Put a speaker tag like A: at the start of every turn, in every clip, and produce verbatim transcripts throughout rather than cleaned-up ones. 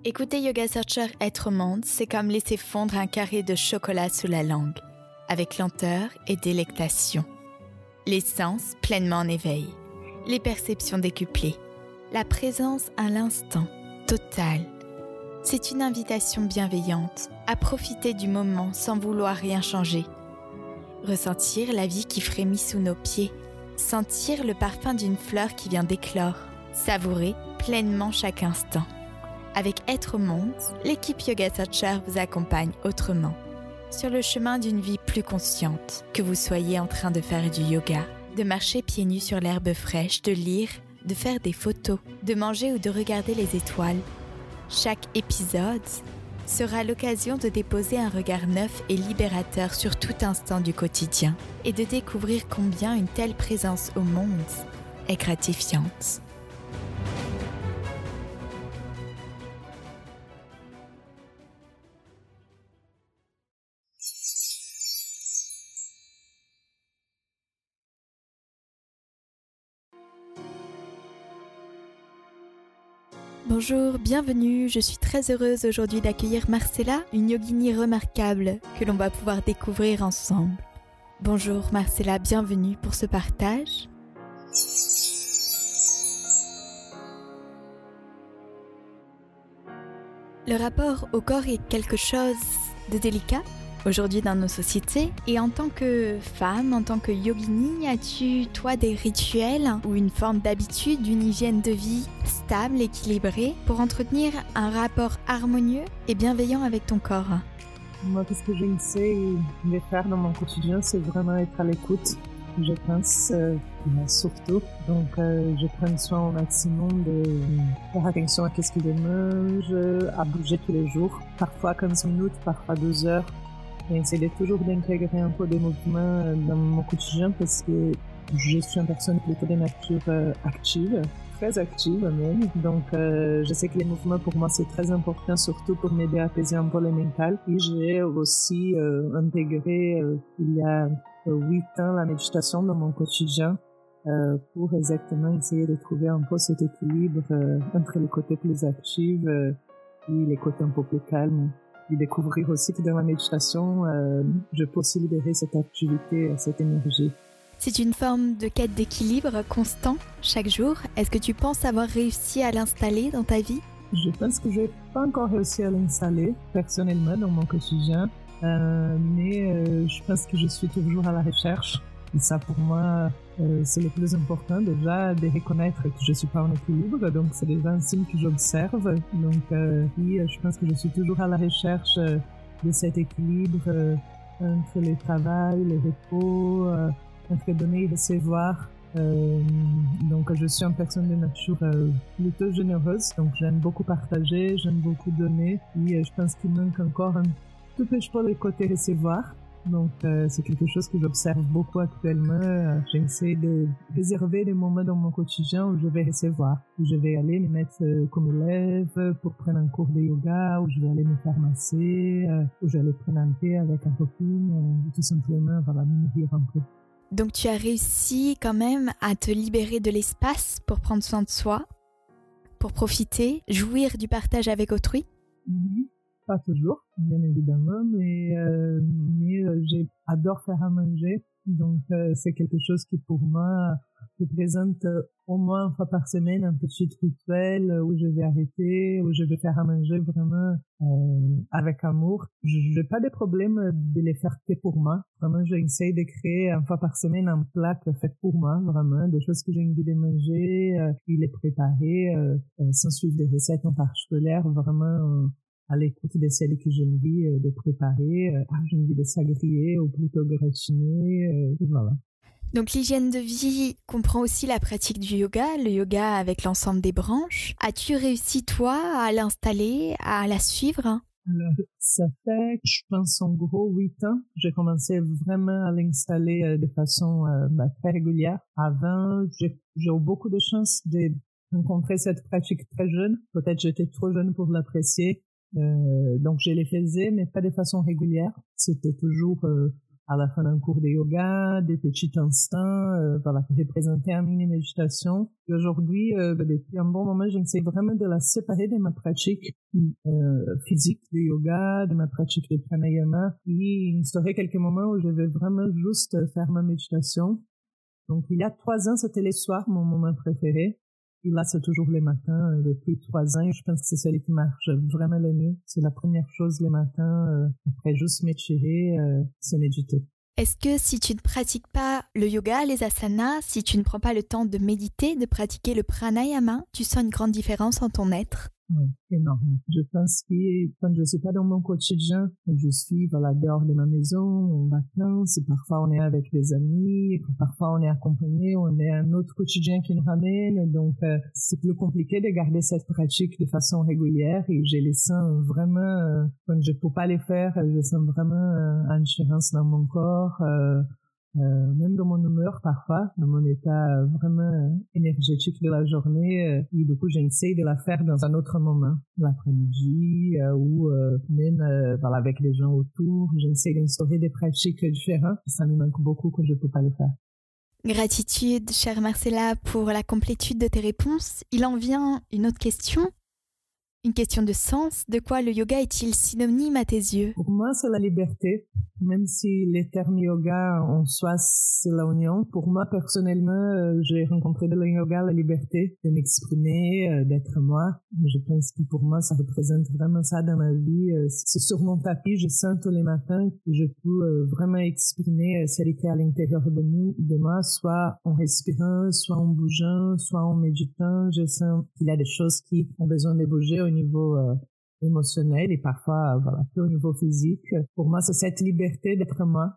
A: Écouter Yoga Searcher être au monde, c'est comme laisser fondre un carré de chocolat sous la langue, avec lenteur et délectation. Les sens pleinement en éveil, les perceptions décuplées, la présence à l'instant, totale. C'est une invitation bienveillante à profiter du moment sans vouloir rien changer. Ressentir la vie qui frémit sous nos pieds, sentir le parfum d'une fleur qui vient d'éclore, savourer pleinement chaque instant. Avec Être au monde, l'équipe Yoga Searcher vous accompagne autrement, sur le chemin d'une vie plus consciente, que vous soyez en train de faire du yoga, de marcher pieds nus sur l'herbe fraîche, de lire, de faire des photos, de manger ou de regarder les étoiles. Chaque épisode sera l'occasion de déposer un regard neuf et libérateur sur tout instant du quotidien et de découvrir combien une telle présence au monde est gratifiante. Bonjour, bienvenue, je suis très heureuse aujourd'hui d'accueillir Marcella, une yogini remarquable que l'on va pouvoir découvrir ensemble. Bonjour Marcella, bienvenue pour ce partage. Le rapport au corps est quelque chose de délicat aujourd'hui dans nos sociétés, et en tant que femme, en tant que yogini, as-tu toi des rituels ou une forme d'habitude, une hygiène de vie stable, équilibrée pour entretenir un rapport harmonieux et bienveillant avec ton corps?
B: Moi, qu'est-ce que j'essaie de faire dans mon quotidien, c'est vraiment être à l'écoute, je pense, euh, surtout. Donc, euh, je prends soin au maximum de faire attention à ce que je mange, à bouger tous les jours, parfois quinze minutes, parfois deux heures. J'essaie toujours d'intégrer un peu de mouvement dans mon quotidien parce que je suis une personne plutôt de nature euh, active, très active même. Donc euh, je sais que les mouvements pour moi c'est très important, surtout pour m'aider à apaiser un peu le mental. Et j'ai aussi euh, intégré euh, il y a huit ans la méditation dans mon quotidien euh, pour exactement essayer de trouver un peu cet équilibre euh, entre les côtés plus actifs euh, et les côtés un peu plus calmes. Et découvrir aussi que dans la méditation, euh, je peux aussi libérer cette activité, cette énergie.
A: C'est une forme de quête d'équilibre constant, chaque jour. Est-ce que tu penses avoir réussi à l'installer dans ta vie?
B: Je pense que je n'ai pas encore réussi à l'installer personnellement dans mon quotidien, euh, mais euh, je pense que je suis toujours à la recherche. Et ça, pour moi, euh, c'est le plus important, déjà, de reconnaître que je suis pas en équilibre. Donc, c'est déjà un signe que j'observe. Donc, euh, oui, je pense que je suis toujours à la recherche euh, de cet équilibre euh, entre le travail, le repos, euh, entre donner et recevoir. Euh, donc, je suis une personne de nature euh, plutôt généreuse. Donc, j'aime beaucoup partager, j'aime beaucoup donner. Et euh, je pense qu'il manque encore un tout petit peu le côté recevoir. Donc, euh, c'est quelque chose que j'observe beaucoup actuellement. Euh, j'essaie de réserver des moments dans mon quotidien où je vais recevoir, où je vais aller me mettre euh, comme élève pour prendre un cours de yoga, où je vais aller me faire masser, euh, où je vais aller prendre un thé avec un copine, euh, tout simplement, voilà, me nourrir un peu.
A: Donc, tu as réussi quand même à te libérer de l'espace pour prendre soin de soi, pour profiter, jouir du partage avec autrui?
B: Mm-hmm. Pas toujours, bien évidemment, mais, euh, mais euh, j'adore faire à manger. Donc, euh, c'est quelque chose qui, pour moi, représente euh, au moins une fois par semaine un petit rituel où je vais arrêter, où je vais faire à manger vraiment euh, avec amour. Je n'ai pas de problème de les faire que pour moi. Vraiment, j'essaie de créer une fois par semaine un plat fait pour moi, vraiment, des choses que j'ai envie de manger, euh, et les préparer euh, sans suivre des recettes en particulier, vraiment... Euh, à l'écoute de celles que j'ai envie de préparer, euh, j'ai envie de s'agréer ou plutôt gratiner, euh, voilà.
A: Donc l'hygiène de vie comprend aussi la pratique du yoga, le yoga avec l'ensemble des branches. As-tu réussi toi à l'installer, à la suivre?
B: Alors, ça fait, je pense en gros huit ans, j'ai commencé vraiment à l'installer euh, de façon euh, bah, très régulière. Avant, j'ai, j'ai eu beaucoup de chance de rencontrer cette pratique très jeune. Peut-être j'étais trop jeune pour l'apprécier. Euh, donc je les faisais, mais pas de façon régulière. C'était toujours euh, à la fin d'un cours de yoga, des petits instants, euh, voilà, qui représentaient un mini méditation. Et aujourd'hui, euh, depuis un bon moment, j'essaie vraiment de la séparer de ma pratique euh, physique de yoga, de ma pratique de pranayama. Et il serait quelques moments où je vais vraiment juste faire ma méditation. Donc, il y a trois ans, c'était les soirs, mon moment préféré. Et là, c'est toujours les matins, euh, depuis trois ans. Et je pense que c'est celui qui marche vraiment le mieux. C'est la première chose les matins, euh, après juste m'étirer, euh, c'est méditer.
A: Est-ce que si tu ne pratiques pas le yoga, les asanas, si tu ne prends pas le temps de méditer, de pratiquer le pranayama, tu sens une grande différence en ton être?
B: Oui, énorme. Je pense que quand je suis pas dans mon quotidien, je suis voilà dehors de ma maison, en vacances, et parfois on est avec des amis, et parfois on est accompagné, on est un autre quotidien qui nous ramène, donc euh, c'est plus compliqué de garder cette pratique de façon régulière et je les sens vraiment, euh, quand je peux pas les faire, je sens vraiment euh, une différence dans mon corps, euh, Euh, même dans mon humeur parfois, dans mon état euh, vraiment euh, énergétique de la journée, euh, et du coup j'essaie de la faire dans un autre moment, l'après-midi euh, ou euh, même euh, voilà, avec les gens autour, j'essaie d'instaurer des pratiques différentes, ça me manque beaucoup que je peux pas le faire.
A: Gratitude, chère Marcella, pour la complétude de tes réponses. Il en vient une autre question. Une question de sens. De quoi le yoga est-il synonyme à tes yeux?
B: Pour moi, c'est la liberté. Même si les termes yoga en soi, c'est la union. Pour moi, personnellement, euh, j'ai rencontré dans le yoga la liberté de m'exprimer, euh, d'être moi. Je pense que pour moi, ça représente vraiment ça dans ma vie. Euh, c'est sur mon tapis, je sens tous les matins que je peux euh, vraiment exprimer euh, ce qui est à l'intérieur de, nous, de moi, soit en respirant, soit en bougeant, soit en méditant. Je sens qu'il y a des choses qui ont besoin de bouger au niveau euh, émotionnel et parfois voilà, peu au niveau physique. Pour moi, c'est cette liberté d'être moi.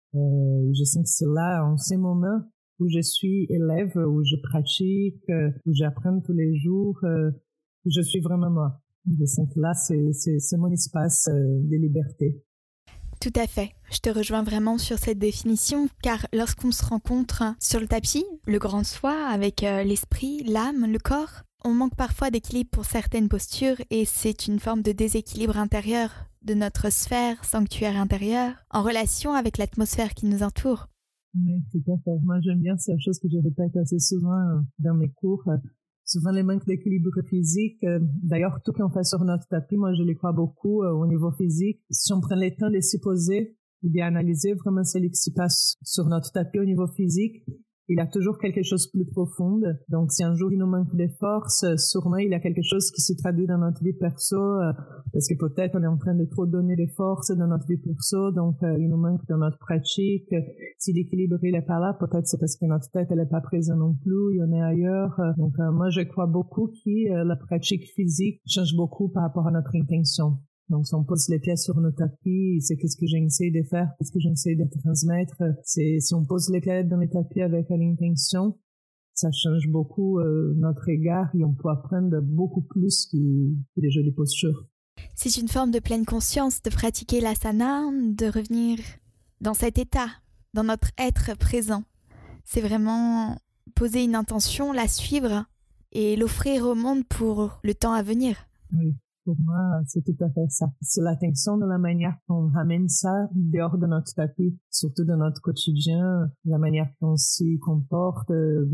B: Euh, je sens que c'est là, en ces moments où je suis élève, où je pratique, euh, où j'apprends tous les jours, euh, où je suis vraiment moi. Je sens que là, c'est, c'est, c'est mon espace euh, de liberté.
A: Tout à fait. Je te rejoins vraiment sur cette définition, car lorsqu'on se rencontre sur le tapis, le grand soi, avec euh, l'esprit, l'âme, le corps, on manque parfois d'équilibre pour certaines postures et c'est une forme de déséquilibre intérieur de notre sphère sanctuaire intérieure en relation avec l'atmosphère qui nous entoure.
B: Oui, tout à fait. Moi, j'aime bien, c'est une chose que je répète assez souvent dans mes cours. Souvent, les manques d'équilibre physique, d'ailleurs, tout qu'on fait sur notre tapis, moi, je les crois beaucoup au niveau physique. Si on prend le temps de s'y poser, de bien analyser vraiment ce qui se passe sur notre tapis au niveau physique, il y a toujours quelque chose de plus profond. Donc, si un jour il nous manque de force, sûrement il y a quelque chose qui se traduit dans notre vie perso, euh, parce que peut-être on est en train de trop donner de force dans notre vie perso, donc euh, il nous manque dans notre pratique. Si l'équilibre il est pas là, peut-être c'est parce que notre tête elle est pas présente non plus, il y en est ailleurs. Donc, euh, moi je crois beaucoup que euh, la pratique physique change beaucoup par rapport à notre intention. Donc, si on pose les pieds sur nos tapis, c'est qu'est-ce que j'essaie de faire, qu'est-ce que j'essaie de transmettre. C'est, si on pose les pieds dans les tapis avec une intention, ça change beaucoup euh, notre égard et on peut apprendre beaucoup plus que, que les jolies postures.
A: C'est une forme de pleine conscience de pratiquer l'asana, de revenir dans cet état, dans notre être présent. C'est vraiment poser une intention, la suivre et l'offrir au monde pour le temps à venir.
B: Oui. Pour moi, c'est tout à fait ça. C'est l'attention de la manière qu'on ramène ça dehors de notre tapis, surtout dans notre quotidien, la manière qu'on s'y comporte,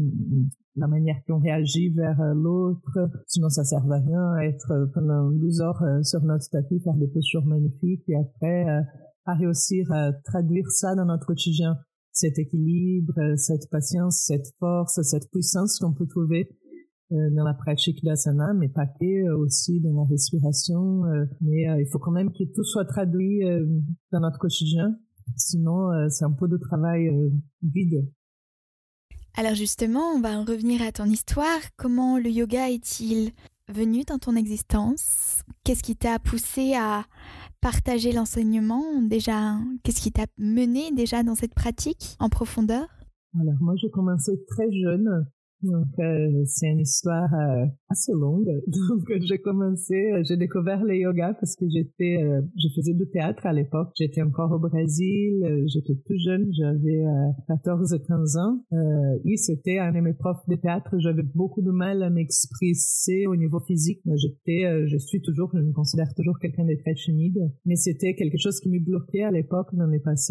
B: la manière qu'on réagit vers l'autre. Sinon, ça sert à rien être pendant douze heures sur notre tapis, faire des postures magnifiques et après, à réussir à traduire ça dans notre quotidien. Cet équilibre, cette patience, cette force, cette puissance qu'on peut trouver dans la pratique d'asana, mais pas que, aussi dans la respiration. Euh, mais euh, il faut quand même que tout soit traduit euh, dans notre quotidien. Sinon, euh, c'est un peu de travail euh, vide.
A: Alors justement, on va en revenir à ton histoire. Comment le yoga est-il venu dans ton existence? Qu'est-ce qui t'a poussé à partager l'enseignement? Déjà, qu'est-ce qui t'a mené déjà dans cette pratique en profondeur?
B: Alors moi, j'ai commencé très jeune. Donc, euh, c'est une histoire euh, assez longue. Donc, j'ai commencé, euh, j'ai découvert le yoga parce que j'étais, euh, je faisais du théâtre à l'époque. J'étais encore au Brésil, euh, j'étais plus jeune, j'avais euh, quatorze à quinze ans. Euh, et c'était un de mes profs de théâtre. J'avais beaucoup de mal à m'exprimer au niveau physique. J'étais, euh, je suis toujours, je me considère toujours quelqu'un de très timide. Mais c'était quelque chose qui me bloquait à l'époque dans le passé.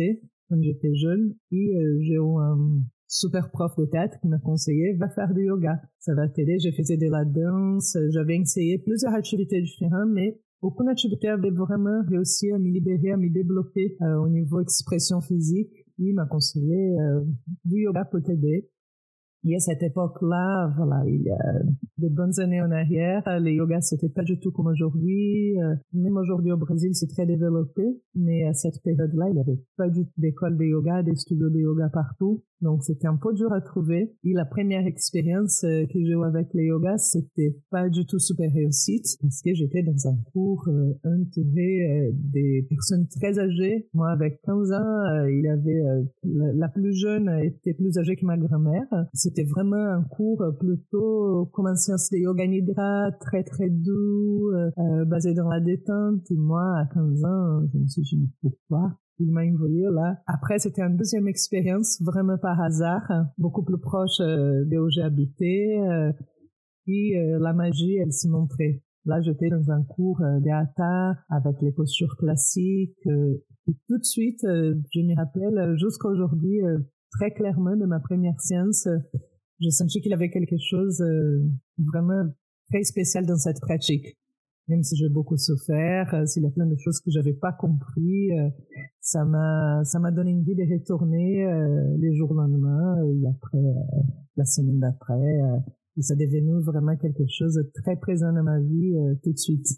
B: quand j'étais jeune. Et euh, j'ai eu un super prof de théâtre qui m'a conseillé, va faire du yoga. Ça va t'aider. Je faisais de la danse. J'avais essayé plusieurs activités différentes, mais aucune activité avait vraiment réussi à me libérer, à me développer euh, au niveau expression physique. Il m'a conseillé euh, du yoga pour t'aider. Et à cette époque-là, voilà, il y a de bonnes années en arrière, le yoga, c'était pas du tout comme aujourd'hui. Euh, même aujourd'hui au Brésil, c'est très développé. Mais à cette période-là, il n'y avait pas du tout d'école de yoga, des studios de yoga partout. Donc, c'était un peu dur à trouver. Et la première expérience euh, que j'ai eue avec le yoga, c'était pas du tout super réussite. Parce que j'étais dans un cours euh, entouré euh, des personnes très âgées. Moi, avec quinze ans, euh, il y avait, euh, la, la plus jeune était plus âgée que ma grand-mère. C'était vraiment un cours plutôt comme en sciences de yoga nidra, très très doux, euh, basé dans la détente. Et moi, à quinze ans, je me suis dit, pourquoi il m'a envoyé là. Après, c'était une deuxième expérience, vraiment par hasard, beaucoup plus proche euh, de où j'ai habité. Euh, et euh, la magie, elle s'est montrée. Là, j'étais dans un cours euh, de hatha avec les postures classiques. Euh, et tout de suite, euh, je me rappelle jusqu'à aujourd'hui euh, très clairement de ma première séance. Euh, j'ai senti qu'il y avait quelque chose euh, vraiment très spécial dans cette pratique. Même si j'ai beaucoup souffert, euh, s'il y a plein de choses que j'avais pas compris, euh, ça m'a ça m'a donné envie de retourner euh, les jours lendemain et après euh, la semaine d'après. Euh, et ça est devenu vraiment quelque chose de très présent dans ma vie euh, tout de suite.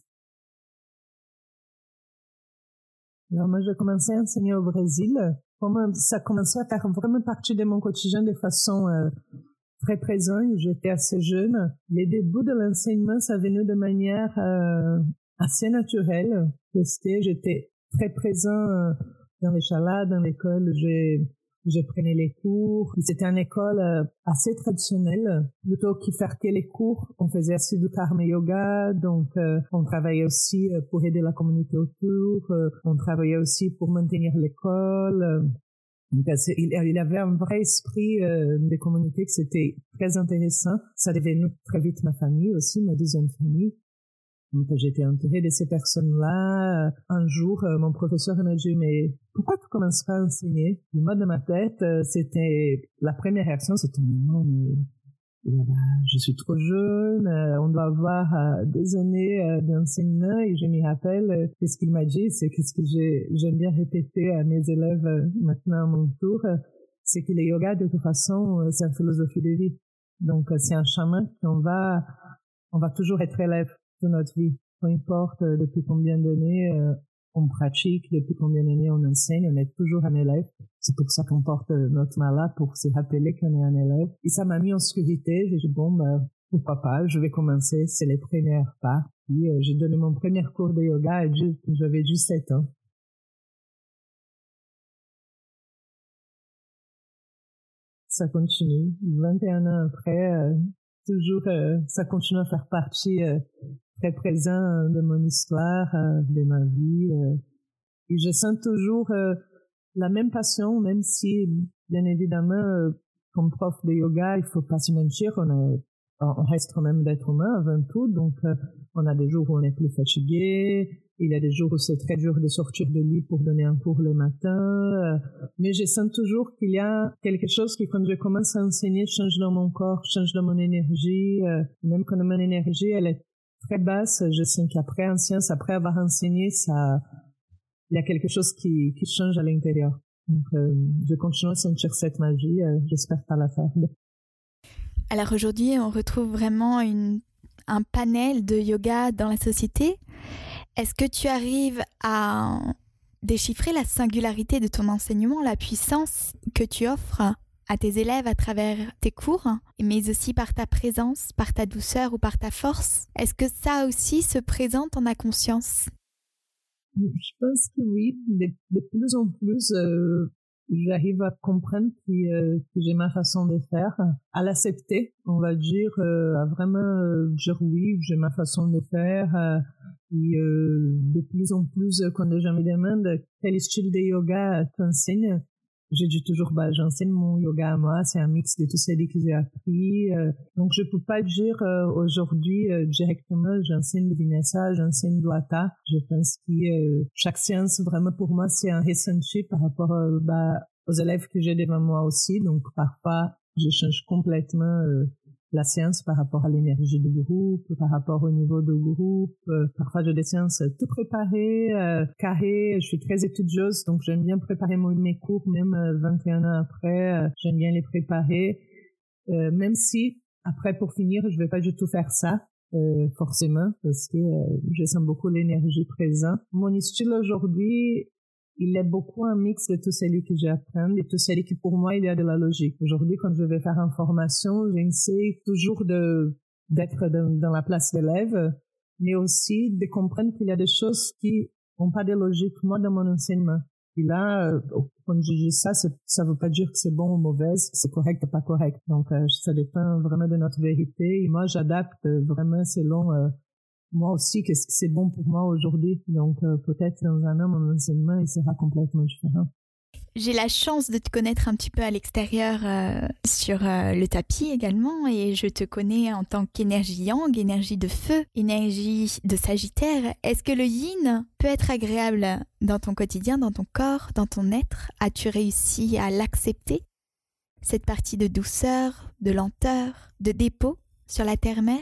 B: Alors moi, j'ai commencé à enseigner au Brésil. Comment ça a commencé à faire vraiment partie de mon quotidien de façon euh, très présent. J'étais assez jeune. Les débuts de l'enseignement, ça venait de manière euh, assez naturelle. J'étais, j'étais très présent euh, dans les chalas, dans l'école. J'ai, je prenais les cours. C'était une école euh, assez traditionnelle. Plutôt que faire que les cours, on faisait aussi du karma yoga. Donc, euh, on travaillait aussi pour aider la communauté autour. Euh, on travaillait aussi pour maintenir l'école. Euh, Donc, il y avait un vrai esprit euh, de communauté que c'était très intéressant. Ça devenait très vite ma famille aussi, ma deuxième famille. Donc, j'étais entourée de ces personnes-là. Un jour, euh, mon professeur m'a dit, mais pourquoi tu commences pas à enseigner? Et moi, dans ma tête, euh, c'était, la première réaction, c'était, non, mais je suis trop jeune, euh, on doit avoir euh, des années euh, d'enseignement et je me rappelle euh, qu'est-ce qu'il m'a dit, c'est qu'est-ce que j'ai, j'aime bien répéter à mes élèves euh, maintenant à mon tour, euh, c'est que le yoga de toute façon euh, c'est une philosophie de vie. Donc euh, c'est un chemin qu'on va, on va toujours être élève de notre vie, peu importe euh, depuis combien d'années euh, on pratique, depuis combien d'années on enseigne, on est toujours un élève. C'est pour ça qu'on porte notre mala, pour se rappeler qu'on est un élève. Et ça m'a mis en sécurité. J'ai dit, bon, bah, pourquoi pas, je vais commencer, c'est les premières pas. Puis euh, j'ai donné mon premier cours de yoga et j'avais juste sept ans. Ça continue. vingt et un ans après, euh, toujours, euh, ça continue à faire partie euh, très présent de mon histoire, euh, de ma vie. Euh, et je sens toujours euh, la même passion, même si, bien évidemment, euh, comme prof de yoga, il faut pas se mentir, on, a, on reste quand même d'être humain avant tout, donc euh, on a des jours où on est plus fatigué, il y a des jours où c'est très dur de sortir de lit pour donner un cours le matin, euh, mais je sens toujours qu'il y a quelque chose qui, quand je commence à enseigner, change dans mon corps, change dans mon énergie, euh, même quand mon énergie, elle est très basse, je sens qu'après en science, après avoir enseigné, ça, il y a quelque chose qui, qui change à l'intérieur. Donc, euh, je continue à sentir cette magie, euh, j'espère pas la faire.
A: Alors aujourd'hui, on retrouve vraiment une, un panel de yoga dans la société. Est-ce que tu arrives à déchiffrer la singularité de ton enseignement, la puissance que tu offres à tes élèves à travers tes cours, mais aussi par ta présence, par ta douceur ou par ta force? Est-ce que ça aussi se présente en a conscience?
B: Je pense que oui, de, de plus en plus, euh, j'arrive à comprendre que, euh, que j'ai ma façon de faire, à l'accepter, on va dire, euh, à vraiment euh, dire oui, j'ai ma façon de faire. Euh, et euh, de plus en plus, quand les gens me demandent quel style de yoga tu enseignes, je dis toujours, bah, j'enseigne mon yoga à moi, c'est un mix de tout ce que j'ai appris. Euh, donc, je peux pas dire euh, aujourd'hui euh, directement, j'enseigne le vinyasa, j'enseigne le hatha. Je pense que euh, chaque séance, vraiment pour moi, c'est un ressenti par rapport euh, bah, aux élèves que j'ai devant moi aussi. Donc, parfois, je change complètement euh, la séance par rapport à l'énergie du groupe, par rapport au niveau du groupe. Euh, parfois, j'ai des séances tout préparées, euh, carrées. Je suis très étudieuse, donc j'aime bien préparer mes cours, même euh, vingt et un ans après. Euh, j'aime bien les préparer, euh, même si, après, pour finir, je vais pas du tout faire ça. Euh, forcément, parce que euh, je sens beaucoup l'énergie présente. Mon style aujourd'hui, il est beaucoup un mix de tout celui que j'apprends et tout celui qui, pour moi, il y a de la logique. Aujourd'hui, quand je vais faire une formation, j'essaie toujours de, d'être dans, dans la place d'élève, mais aussi de comprendre qu'il y a des choses qui n'ont pas de logique, moi, dans mon enseignement. Et là, euh, quand je dis ça, ça veut pas dire que c'est bon ou mauvais, que c'est correct ou pas correct. Donc, euh, ça dépend vraiment de notre vérité. Et moi, j'adapte vraiment selon euh, moi aussi, qu'est-ce que c'est bon pour moi aujourd'hui. Donc, euh, peut-être dans un an, mon enseignement, il sera complètement différent.
A: J'ai la chance de te connaître un petit peu à l'extérieur euh, sur euh, le tapis également, et je te connais en tant qu'énergie yang, énergie de feu, énergie de Sagittaire. Est-ce que le yin peut être agréable dans ton quotidien, dans ton corps, dans ton être? As-tu réussi à l'accepter, cette partie de douceur, de lenteur, de dépôt sur la terre-mère?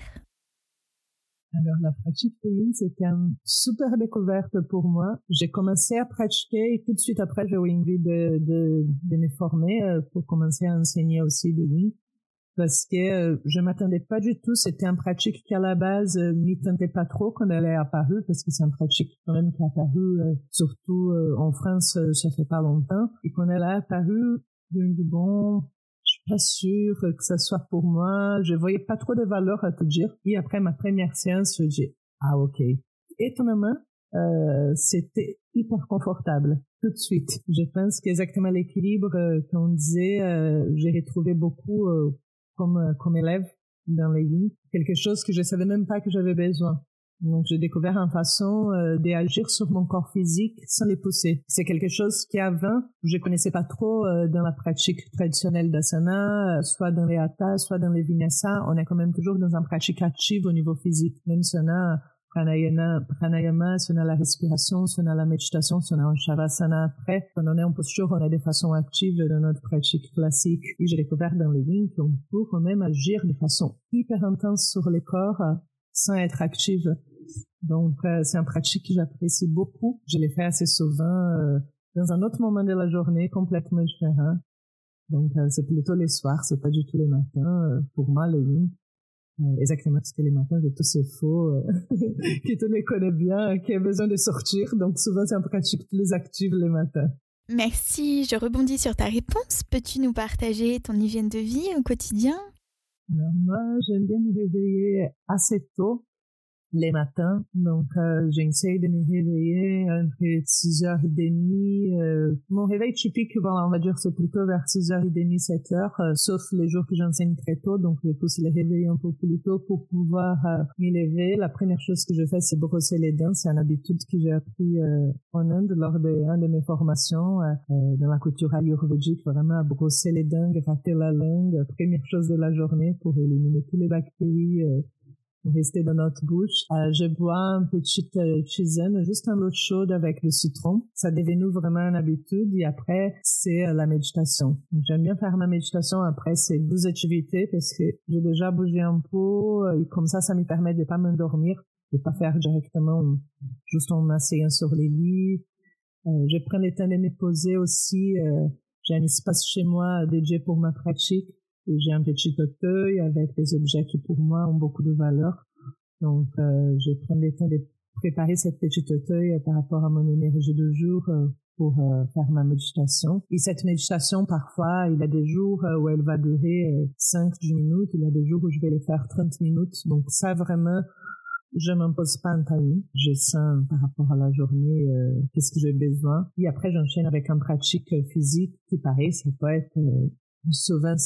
B: Alors, la pratique de yin, c'était une super découverte pour moi. J'ai commencé à pratiquer et tout de suite après, j'ai eu envie de, de, de me former euh, pour commencer à enseigner aussi le yin. Parce que euh, je m'attendais pas du tout. C'était une pratique qui, à la base, euh, m'y tentait pas trop quand elle est apparue, parce que c'est une pratique quand même qui est apparue, euh, surtout euh, en France, euh, ça fait pas longtemps. Et quand elle est apparue, je me dis, bon, je suis pas sûre que ça soit pour moi. Je voyais pas trop de valeur à te dire. Et après ma première séance, je dis, ah, ok. Étonnamment, euh, c'était hyper confortable. Tout de suite. Je pense qu'exactement l'équilibre euh, qu'on disait, euh, j'ai retrouvé beaucoup, euh, comme, euh, comme élève dans les yin. Quelque chose que je savais même pas que j'avais besoin. Donc, j'ai découvert une façon euh, d'agir sur mon corps physique sans les pousser. C'est quelque chose qu'avant, je connaissais pas trop euh, dans la pratique traditionnelle d'asana, euh, soit dans les hatha, soit dans les vinyasa. On est quand même toujours dans une pratique active au niveau physique. Même si on a pranayama, pranayama, si on a la respiration, si on a la méditation, si on a un shavasana après. Quand on est en posture, on a des façons actives dans notre pratique classique. Et j'ai découvert dans les yin qu'on peut quand même agir de façon hyper intense sur le corps euh, sans être active. Donc, euh, c'est une pratique que j'apprécie beaucoup. Je l'ai fait assez souvent euh, dans un autre moment de la journée, complètement différent. Donc, euh, c'est plutôt les soirs, c'est pas du tout les matins. Euh, pour moi, le yin, euh, exactement parce que les matins, j'ai tous ces faux euh, qui tout les connaît bien, qui a besoin de sortir. Donc, souvent, c'est une pratique plus active les matins.
A: Merci, je rebondis sur ta réponse. Peux-tu nous partager ton hygiène de vie au quotidien?
B: Alors, moi, j'aime bien me réveiller assez tôt les matins, donc euh, j'essaie de me réveiller entre six heures trente. Euh, mon réveil typique, bon, on va dire, c'est plutôt vers six heures trente, sept heures, euh, sauf les jours que j'enseigne très tôt, donc je pousse les réveiller un peu plus tôt pour pouvoir euh, m'y lever. La première chose que je fais, c'est brosser les dents. C'est une habitude que j'ai appris euh, en Inde lors de une de mes formations euh, dans la culture ayurvédique, vraiment à brosser les dents, gratter la langue, première chose de la journée pour éliminer toutes les bactéries euh, rester dans notre bouche. Euh, je bois une petite euh, tisane, juste un eau chaude avec le citron. Ça devient vraiment une habitude. Et après, c'est euh, la méditation. J'aime bien faire ma méditation après ces douze activités parce que j'ai déjà bougé un peu euh, et comme ça, ça me permet de pas m'endormir, de pas faire directement juste en m'asseyant sur les lits. Euh, je prends le temps de me poser aussi. Euh, j'ai un espace chez moi dédié pour ma pratique. J'ai un petit fauteuil avec des objets qui pour moi ont beaucoup de valeur. Donc, euh, je prends le temps de préparer cette petite fauteuil par rapport à mon énergie de jour euh, pour euh, faire ma méditation. Et cette méditation, parfois, il y a des jours où elle va durer euh, cinq dix minutes. Il y a des jours où je vais les faire trente minutes. Donc, ça, vraiment, je m'impose pas un timing. Je sens par rapport à la journée euh, qu'est-ce que j'ai besoin. Et après, j'enchaîne avec une pratique physique qui, pareil, ça peut être... Euh, souvent, c'est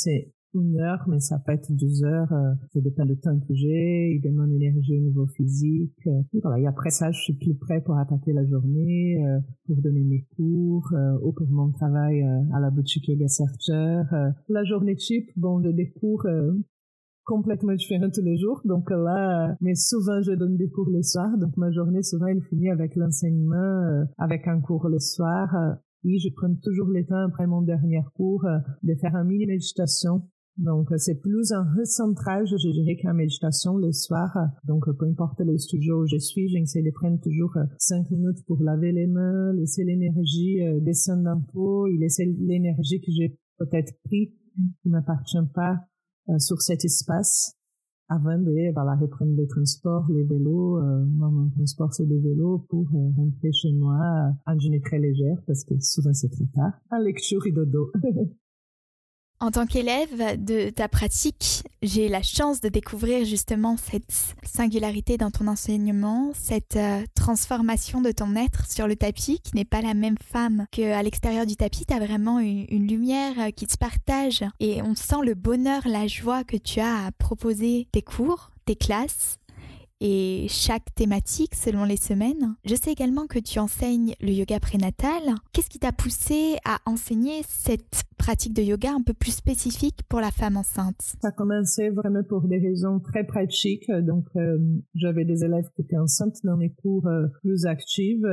B: une heure, mais ça peut être deux heures. Euh, ça dépend du temps que j'ai et de mon énergie au niveau physique. Euh, et voilà. Et après ça, je suis plus prêt pour attaquer la journée, euh, pour donner mes cours, euh, ou pour mon travail euh, à la boutique Yoga Searcher. Euh, la journée cheap, bon, j'ai des cours euh, complètement différents tous les jours. Donc là, euh, mais souvent, je donne des cours le soir. Donc ma journée, souvent, elle finit avec l'enseignement, euh, avec un cours le soir. Euh, oui, je prends toujours le temps après mon dernier cours euh, de faire un mini méditation. Donc, euh, c'est plus un recentrage, je dirais, qu'une méditation le soir. Donc, euh, peu importe le studio où je suis, j'essaie de prendre toujours euh, cinq minutes pour laver les mains, laisser l'énergie euh, descendre un peu, et laisser l'énergie que j'ai peut-être pris, qui ne m'appartient pas, euh, sur cet espace, avant de voilà, reprendre les transports, les vélos. Euh, moi, mon transport, c'est le vélo pour euh, rentrer chez moi euh, en journée très légère, parce que souvent c'est trop tard, en lecture et dodo.
A: En tant qu'élève de ta pratique, j'ai la chance de découvrir justement cette singularité dans ton enseignement, cette euh, transformation de ton être sur le tapis qui n'est pas la même femme qu'à l'extérieur du tapis. Tu as vraiment une, une lumière qui se partage et on sent le bonheur, la joie que tu as à proposer tes cours, tes classes et chaque thématique selon les semaines. Je sais également que tu enseignes le yoga prénatal. Qu'est-ce qui t'a poussé à enseigner cette pratique de yoga un peu plus spécifique pour la femme enceinte?
B: Ça a commencé vraiment pour des raisons très pratiques. Donc, euh, j'avais des élèves qui étaient enceintes dans mes cours euh, plus actifs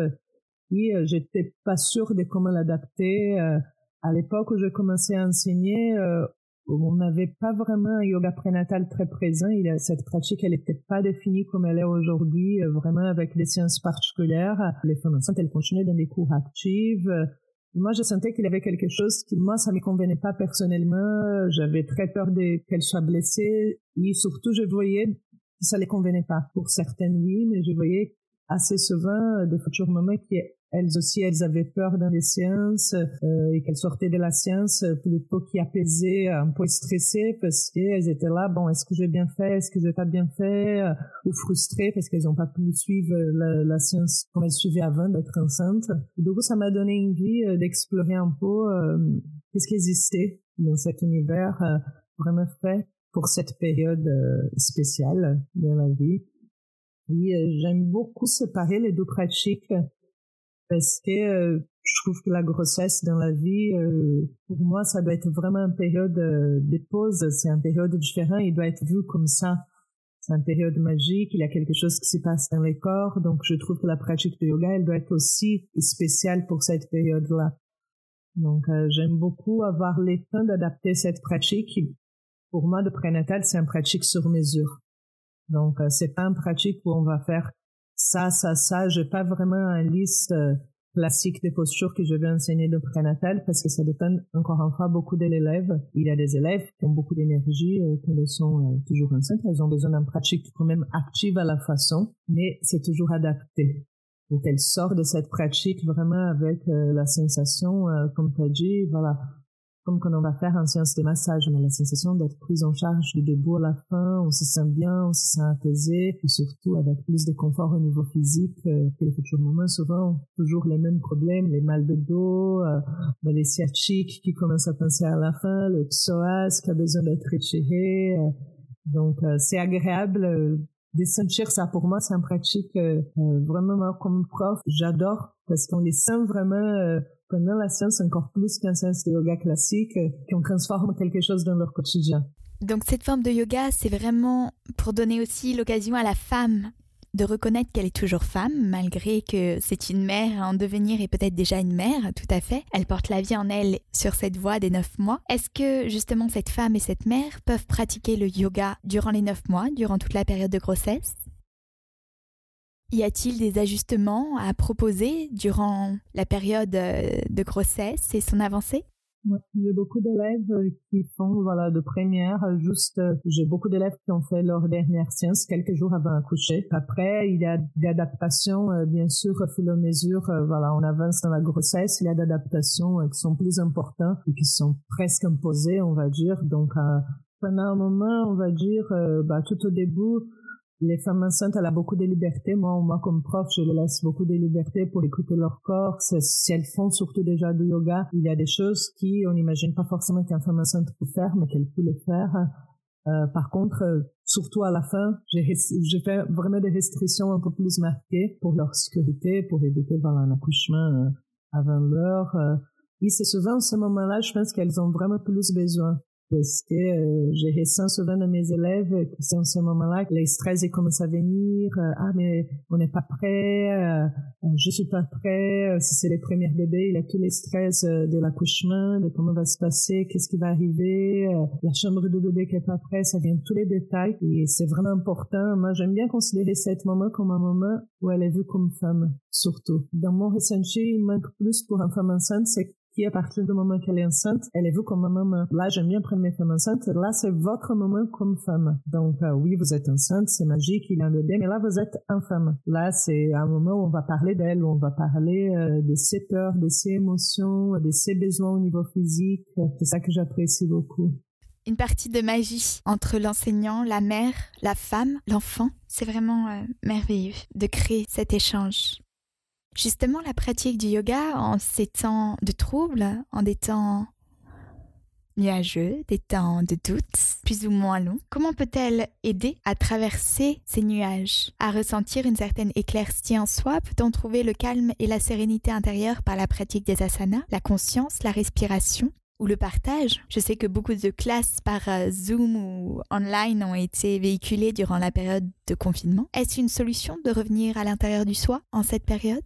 B: et euh, j'étais pas sûre de comment l'adapter. Euh, à l'époque où je commençais à enseigner, euh, on n'avait pas vraiment un yoga prénatal très présent. Il a, cette pratique, elle n'était pas définie comme elle est aujourd'hui, euh, vraiment avec des séances particulières. Les femmes enceintes, elles continuaient dans des cours actifs. Euh, moi, je sentais qu'il y avait quelque chose qui, moi, ça ne me convenait pas personnellement. J'avais très peur de, qu'elles soient blessées. Et surtout, je voyais que ça ne les convenait pas. Pour certaines, oui, mais je voyais assez souvent de futures mamans qui, elles aussi, elles avaient peur dans les séances euh, et qu'elles sortaient de la séance plutôt qui apaisaient, un peu stressées parce qu'elles étaient là, bon, est-ce que j'ai bien fait, est-ce que j'ai pas bien fait, euh, ou frustrées parce qu'elles n'ont pas pu suivre la, la séance comme elles suivaient avant d'être enceintes. Et du coup, ça m'a donné envie euh, d'explorer un peu euh, qu'est-ce qui existait dans cet univers euh, vraiment fait pour cette période euh, spéciale de la vie. Et euh, j'aime beaucoup séparer les deux pratiques parce que euh, je trouve que la grossesse dans la vie, euh, pour moi, ça doit être vraiment une période euh, de pause. C'est une période différente. Il doit être vu comme ça. C'est une période magique. Il y a quelque chose qui se passe dans le corps. Donc, je trouve que la pratique de yoga, elle doit être aussi spéciale pour cette période-là. Donc, euh, j'aime beaucoup avoir le temps d'adapter cette pratique. Pour moi, de prénatal, c'est une pratique sur mesure. Donc, euh, c'est pas une pratique où on va faire ça, ça, ça. J'ai pas vraiment une liste euh, classique des postures que je vais enseigner de prénatal parce que ça dépend encore une fois beaucoup de l'élève. Il y a des élèves qui ont beaucoup d'énergie, euh, qui sont euh, toujours enceintes. Elles ont besoin d'une pratique quand même active à la façon, mais c'est toujours adapté. Donc, elles sortent de cette pratique vraiment avec euh, la sensation, euh, comme tu as dit, voilà, comme quand on va faire en séance de massage, on a la sensation d'être prise en charge du debout à la fin, on se sent bien, on se sent apaisé, et surtout avec plus de confort au niveau physique, euh, que les futurs moments, souvent, toujours les mêmes problèmes, les mal de dos, euh, les sciatiques qui commencent à penser à la fin, le psoas qui a besoin d'être étiré, euh, donc euh, c'est agréable euh, de sentir ça. Pour moi, c'est une pratique euh, euh, vraiment, moi, comme prof, j'adore, parce qu'on les sent vraiment... Euh, pendant la séance, encore plus qu'un séance de yoga classique, euh, qu'on transforme quelque chose dans leur quotidien.
A: Donc cette forme de yoga, c'est vraiment pour donner aussi l'occasion à la femme de reconnaître qu'elle est toujours femme, malgré que c'est une mère en devenir et peut-être déjà une mère, tout à fait. Elle porte la vie en elle sur cette voie des neuf mois. Est-ce que justement cette femme et cette mère peuvent pratiquer le yoga durant les neuf mois, durant toute la période de grossesse ? Y a-t-il des ajustements à proposer durant la période de grossesse et son avancée?
B: Ouais, j'ai beaucoup d'élèves qui font, voilà, de première, juste, j'ai beaucoup d'élèves qui ont fait leur dernière séance quelques jours avant accoucher. Après, il y a des adaptations, bien sûr, au fur et à mesure, voilà, on avance dans la grossesse, il y a des adaptations qui sont plus importantes et qui sont presque imposées, on va dire. Donc, euh, pendant un moment, on va dire, euh, bah, tout au début, les femmes enceintes, elles ont beaucoup de liberté. Moi, moi, comme prof, je les laisse beaucoup de liberté pour écouter leur corps. Si elles font surtout déjà du yoga, il y a des choses qui, on n'imagine pas forcément qu'une femme enceinte peut faire, mais qu'elle peut le faire. Euh, par contre, euh, surtout à la fin, j'ai, j'ai fait vraiment des restrictions un peu plus marquées pour leur sécurité, pour éviter voilà, un accouchement euh, avant l'heure. Euh, et c'est souvent à ce moment-là, je pense qu'elles ont vraiment plus besoin. Parce que euh, je ressens souvent de mes élèves que c'est en ce moment-là que les stress ils commencent à venir. Euh, ah mais on n'est pas prêt, euh, je suis pas prêt. Euh, si c'est les premiers bébés, il y a tous les stress euh, de l'accouchement, de comment va se passer, qu'est-ce qui va arriver, euh, la chambre de bébé qui est pas prête, ça vient de tous les détails et c'est vraiment important. Moi j'aime bien considérer cet moment comme un moment où elle est vue comme femme, surtout. Dans mon ressenti, il manque plus pour une femme enceinte, c'est qui, à partir du moment qu'elle est enceinte, elle est vue comme un maman. Là, j'aime bien prendre mes femmes enceintes. Là, c'est votre moment comme femme. Donc, euh, oui, vous êtes enceinte, c'est magique, il y a un bébé, mais là, vous êtes une femme. Là, c'est un moment où on va parler d'elle, où on va parler euh, de ses peurs, de ses émotions, de ses besoins au niveau physique. C'est ça que j'apprécie beaucoup.
A: Une partie de magie entre l'enseignant, la mère, la femme, l'enfant. C'est vraiment euh, merveilleux de créer cet échange. Justement, la pratique du yoga en ces temps de troubles, en des temps nuageux, des temps de doute, plus ou moins longs, comment peut-elle aider à traverser ces nuages, à ressentir une certaine éclaircie en soi? Peut-on trouver le calme et la sérénité intérieure par la pratique des asanas, la conscience, la respiration ou le partage? Je sais que beaucoup de classes par Zoom ou online ont été véhiculées durant la période de confinement. Est-ce une solution de revenir à l'intérieur du soi en cette période?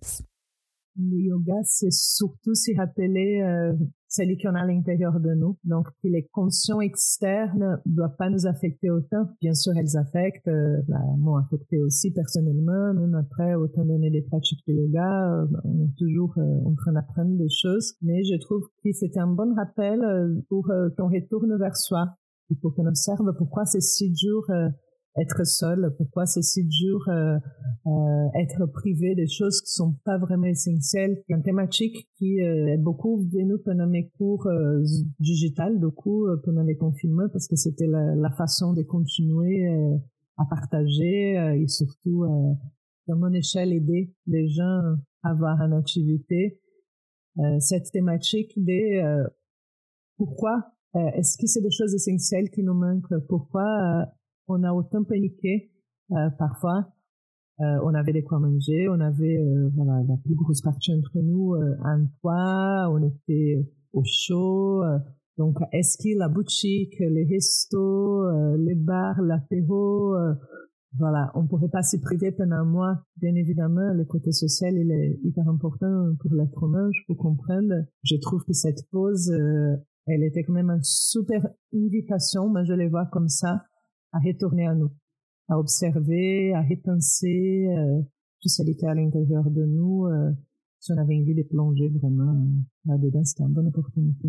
B: Le yoga, c'est surtout s'y rappeler euh, celui qu'on a à l'intérieur de nous. Donc, que les conditions externes ne doivent pas nous affecter autant. Bien sûr, elles affectent, euh, bah, m'ont affecté aussi personnellement. Même après autant d'années de pratique de yoga, euh, on est toujours euh, en train d'apprendre des choses. Mais je trouve que c'était un bon rappel euh, pour euh, qu'on retourne vers soi. Il faut qu'on observe pourquoi c'est si dur euh, être seul, pourquoi c'est si dur euh, euh, être privé des choses qui sont pas vraiment essentielles. Il y a une thématique qui euh, est beaucoup venue pendant mes cours euh, digitales, beaucoup euh, pendant les confinements, parce que c'était la, la façon de continuer euh, à partager euh, et surtout euh, à mon échelle aider les gens à avoir une activité. Euh, cette thématique de euh, pourquoi euh, est-ce que c'est des choses essentielles qui nous manquent, pourquoi euh, on a autant paniqué euh, parfois. Euh, on avait de quoi manger, on avait euh, voilà, la plus grosse partie entre nous euh, un toit, on était au chaud. Euh, donc, est-ce que la boutique, les restos, euh, les bars, l'apéro, euh, voilà, on pourrait pas s'y priver pendant un mois. Bien évidemment, le côté social, il est hyper important pour l'être humain, je peux comprendre. Je trouve que cette pause, euh, elle était quand même une super invitation, moi je les vois comme ça, à retourner à nous, à observer, à repenser euh, tout ce qui était à l'intérieur de nous. Euh, si on avait envie de plonger vraiment euh, là-dedans, c'était une bonne opportunité.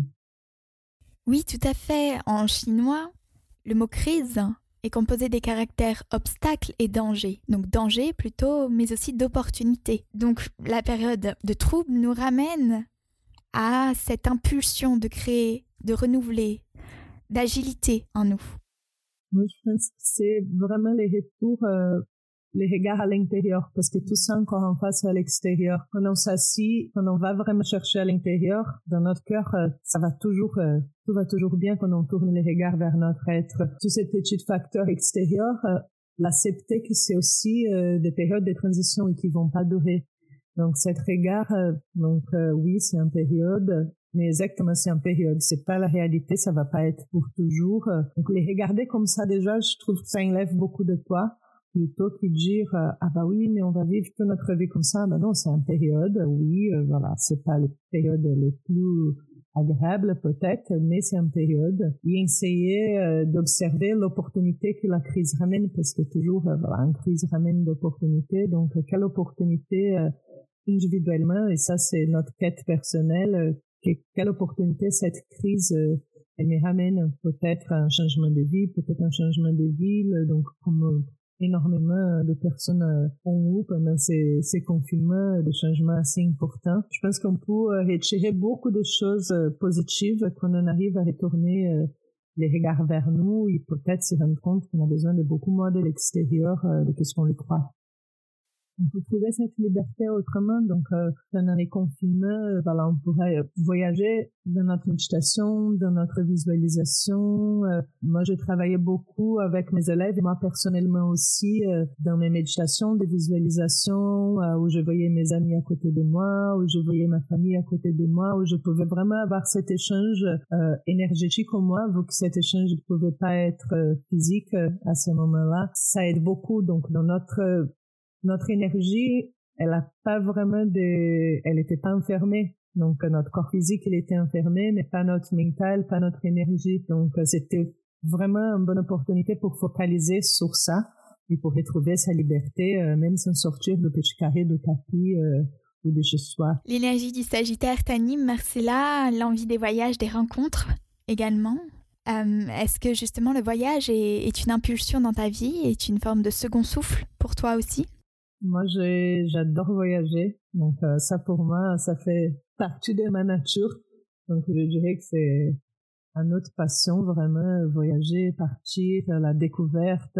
A: Oui, tout à fait. En chinois, le mot crise est composé des caractères obstacle et danger. Donc danger plutôt, mais aussi d'opportunité. Donc la période de trouble nous ramène à cette impulsion de créer, de renouveler, d'agilité en nous.
B: Moi, je pense que c'est vraiment les retours, euh, les regards à l'intérieur, parce que tout ça encore en face à l'extérieur. Quand on s'assit, quand on va vraiment chercher à l'intérieur, dans notre cœur, euh, ça va toujours, euh, tout va toujours bien quand on tourne les regards vers notre être. Tous ces petits facteurs extérieurs, euh, l'accepter que c'est aussi euh, des périodes de transition et qui vont pas durer. Donc, cet regard, euh, donc euh, oui, c'est une période. Mais exactement, c'est une période. C'est pas la réalité, ça va pas être pour toujours. Donc, les regarder comme ça, déjà, je trouve que ça enlève beaucoup de poids. Plutôt que de dire, euh, ah bah oui, mais on va vivre toute notre vie comme ça. Ben non, c'est une période. Oui, euh, voilà, c'est pas les périodes les plus agréables, peut-être, mais c'est une période. Et essayer euh, d'observer l'opportunité que la crise ramène, parce que toujours, euh, voilà, une crise ramène d'opportunités. Donc, quelle opportunité euh, individuellement, et ça, c'est notre quête personnelle, euh, quelle opportunité cette crise euh, elle me ramène, peut-être un changement de vie, peut-être un changement de ville, donc comme euh, énormément de personnes euh, ont eu pendant ces, ces confinements, des changements assez importants. Je pense qu'on peut euh, retirer beaucoup de choses euh, positives quand on arrive à retourner euh, les regards vers nous, ils peut-être se rendent compte qu'on a besoin de beaucoup moins de l'extérieur euh, de ce qu'on le croit. On peut trouver cette liberté autrement. Donc, euh, pendant les confinements, euh, voilà, on pourrait voyager dans notre méditation, dans notre visualisation. Euh, moi, je travaillais beaucoup avec mes élèves et moi personnellement aussi euh, dans mes méditations de visualisation euh, où je voyais mes amis à côté de moi, où je voyais ma famille à côté de moi, où je pouvais vraiment avoir cet échange euh, énergétique en moi, vu que cet échange ne pouvait pas être euh, physique euh, à ce moment-là. Ça aide beaucoup. Donc, dans notre euh, Notre énergie, elle a pas vraiment de, elle était pas enfermée. Donc, notre corps physique, il était enfermé, mais pas notre mental, pas notre énergie. Donc, c'était vraiment une bonne opportunité pour focaliser sur ça et pour retrouver sa liberté, euh, même sans sortir du petit carré de tapis euh, ou de chez soi.
A: L'énergie du Sagittaire t'anime, Marcella, l'envie des voyages, des rencontres également. Euh, est-ce que justement le voyage est, est une impulsion dans ta vie, est une forme de second souffle pour toi aussi?
B: Moi, j'ai, j'adore voyager. Donc, euh, ça, pour moi, ça fait partie de ma nature. Donc, je dirais que c'est une autre passion, vraiment, voyager, partir, la découverte.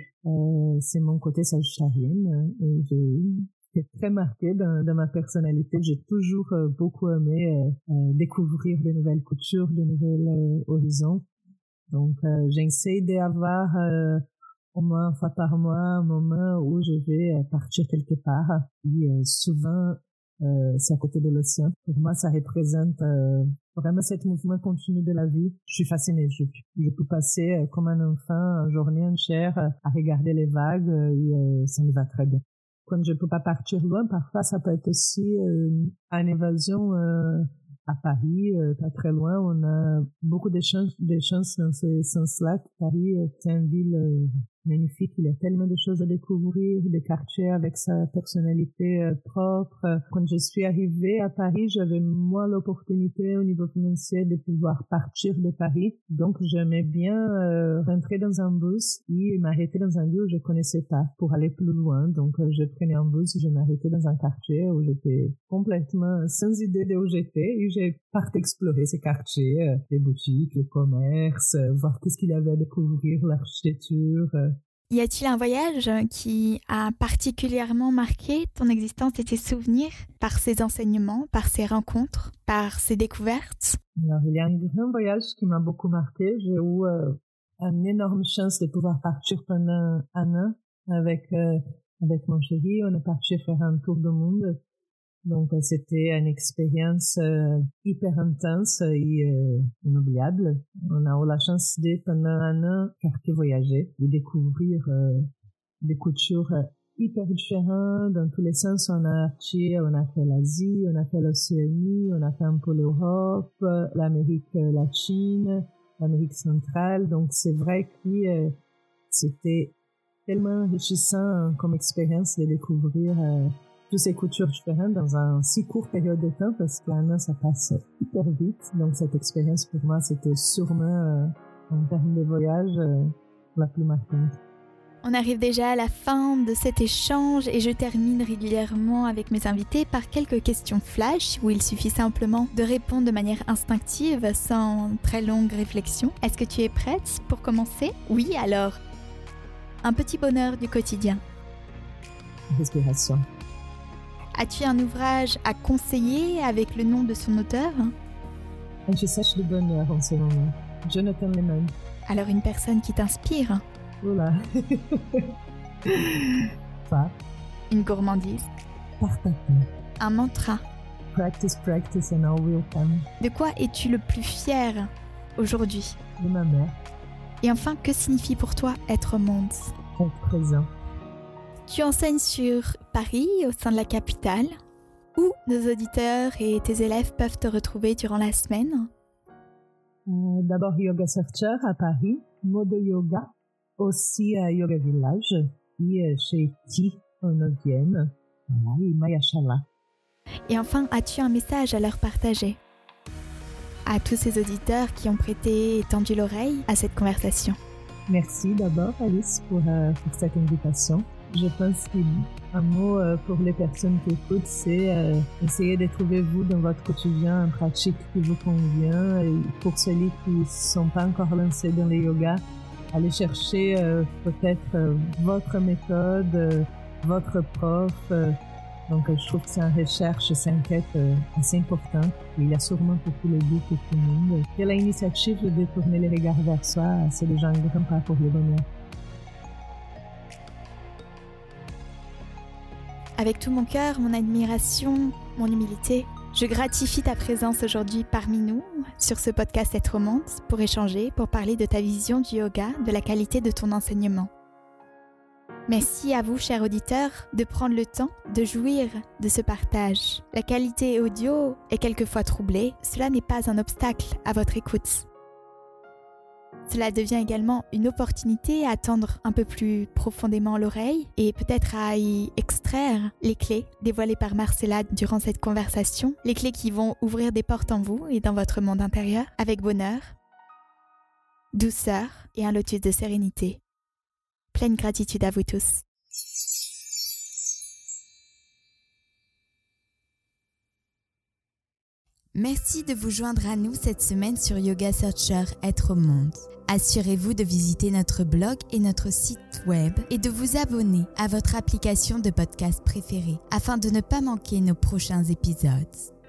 B: Euh, c'est mon côté sagittarien. Et j'ai été très marquée dans, dans ma personnalité. J'ai toujours euh, beaucoup aimé euh, euh, découvrir de nouvelles cultures, de nouveaux euh, horizons. Donc, euh, j'essaie d'avoir... Euh, au moins une fois par mois, un moment où je vais partir quelque part. Et euh, souvent, euh, c'est à côté de l'océan. Pour moi, ça représente euh, vraiment cet mouvement continu de la vie. Je suis fascinée. Je, je peux passer euh, comme un enfant une journée entière à regarder les vagues et euh, ça me va très bien. Quand je peux pas partir loin, parfois ça peut être aussi euh, une évasion euh, à Paris, euh, pas très loin. On a beaucoup de chances, de chances dans ce sens-là. Paris, euh, c'est une ville euh, magnifique. Il y a tellement de choses à découvrir, des quartiers avec sa personnalité euh, propre. Quand je suis arrivée à Paris, j'avais moins l'opportunité au niveau financier de pouvoir partir de Paris. Donc, j'aimais bien euh, rentrer dans un bus et m'arrêter dans un lieu où je connaissais pas pour aller plus loin. Donc, euh, je prenais un bus, je m'arrêtais dans un quartier où j'étais complètement sans idée de où j'étais et j'ai parti explorer ces quartiers, euh, les boutiques, les commerces, euh, voir tout ce qu'il y avait à découvrir, l'architecture. Euh,
A: Y a-t-il un voyage qui a particulièrement marqué ton existence et tes souvenirs par ses enseignements, par ses rencontres, par ses découvertes?
B: Alors, il y a un grand voyage qui m'a beaucoup marqué. J'ai eu euh, une énorme chance de pouvoir partir pendant un an avec, euh, avec mon chéri. On est parti faire un tour du monde. Donc, euh, c'était une expérience euh, hyper intense et euh, inoubliable. On a eu la chance de, pendant un an, faire que voyager, de découvrir euh, des cultures euh, hyper différentes dans tous les sens. On a parti, on a fait l'Asie, on a fait l'Océanie, on a fait un peu l'Europe, l'Amérique latine, l'Amérique centrale. Donc, c'est vrai que euh, c'était tellement enrichissant comme expérience de découvrir euh, toutes ces cultures différentes dans un si court période de temps parce qu'un an, ça passe hyper vite. Donc, cette expérience, pour moi, c'était sûrement, euh, en termes de voyage, euh, la plus marquante.
A: On arrive déjà à la fin de cet échange et je termine régulièrement avec mes invités par quelques questions flash où il suffit simplement de répondre de manière instinctive sans très longue réflexion. Est-ce que tu es prête pour commencer? Oui, alors. Un petit bonheur du quotidien.
B: Respiration.
A: As-tu un ouvrage à conseiller avec le nom de son auteur?
B: Je cherche le bonheur en ce moment. Jonathan Lehman.
A: Alors une personne qui t'inspire?
B: Oula. Pas.
A: Une gourmandise?
B: Partager.
A: Un mantra?
B: Practice, practice and all will come.
A: De quoi es-tu le plus fier aujourd'hui?
B: De ma mère.
A: Et enfin, que signifie pour toi être au monde?
B: Être présent.
A: Tu enseignes sur Paris, au sein de la capitale. Où nos auditeurs et tes élèves peuvent te retrouver durant la semaine?
B: euh, D'abord Yoga Searcher à Paris, Modo Yoga, aussi à Yoga Village, et chez Ti au neuvième, voilà, et Mayashala.
A: Et enfin, as-tu un message à leur partager? À tous ces auditeurs qui ont prêté et tendu l'oreille à cette conversation.
B: Merci d'abord Alice pour, euh, pour cette invitation. je pense qu'un mot euh, pour les personnes qui écoutent, c'est euh, essayer de trouver vous dans votre quotidien une pratique qui vous convient. Et pour ceux qui ne sont pas encore lancés dans le yoga, allez chercher euh, peut-être euh, votre méthode, euh, votre prof. Euh, donc euh, je trouve que c'est une recherche, c'est une quête euh, assez importante. Il y a sûrement pour tous les goûts, pour tout le monde. Et l'initiative de tourner les regards vers soi, c'est déjà un grand pas pour le bonheur.
A: Avec tout mon cœur, mon admiration, mon humilité, je gratifie ta présence aujourd'hui parmi nous sur ce podcast Être au monde pour échanger, pour parler de ta vision du yoga, de la qualité de ton enseignement. Merci à vous, chers auditeurs, de prendre le temps de jouir de ce partage. La qualité audio est quelquefois troublée, cela n'est pas un obstacle à votre écoute. Cela devient également une opportunité à tendre un peu plus profondément l'oreille et peut-être à y extraire les clés dévoilées par Marcella durant cette conversation, les clés qui vont ouvrir des portes en vous et dans votre monde intérieur avec bonheur, douceur et un lotus de sérénité. Pleine gratitude à vous tous. Merci de vous joindre à nous cette semaine sur Yoga Searcher Être au monde. Assurez-vous de visiter notre blog et notre site web et de vous abonner à votre application de podcast préférée afin de ne pas manquer nos prochains épisodes.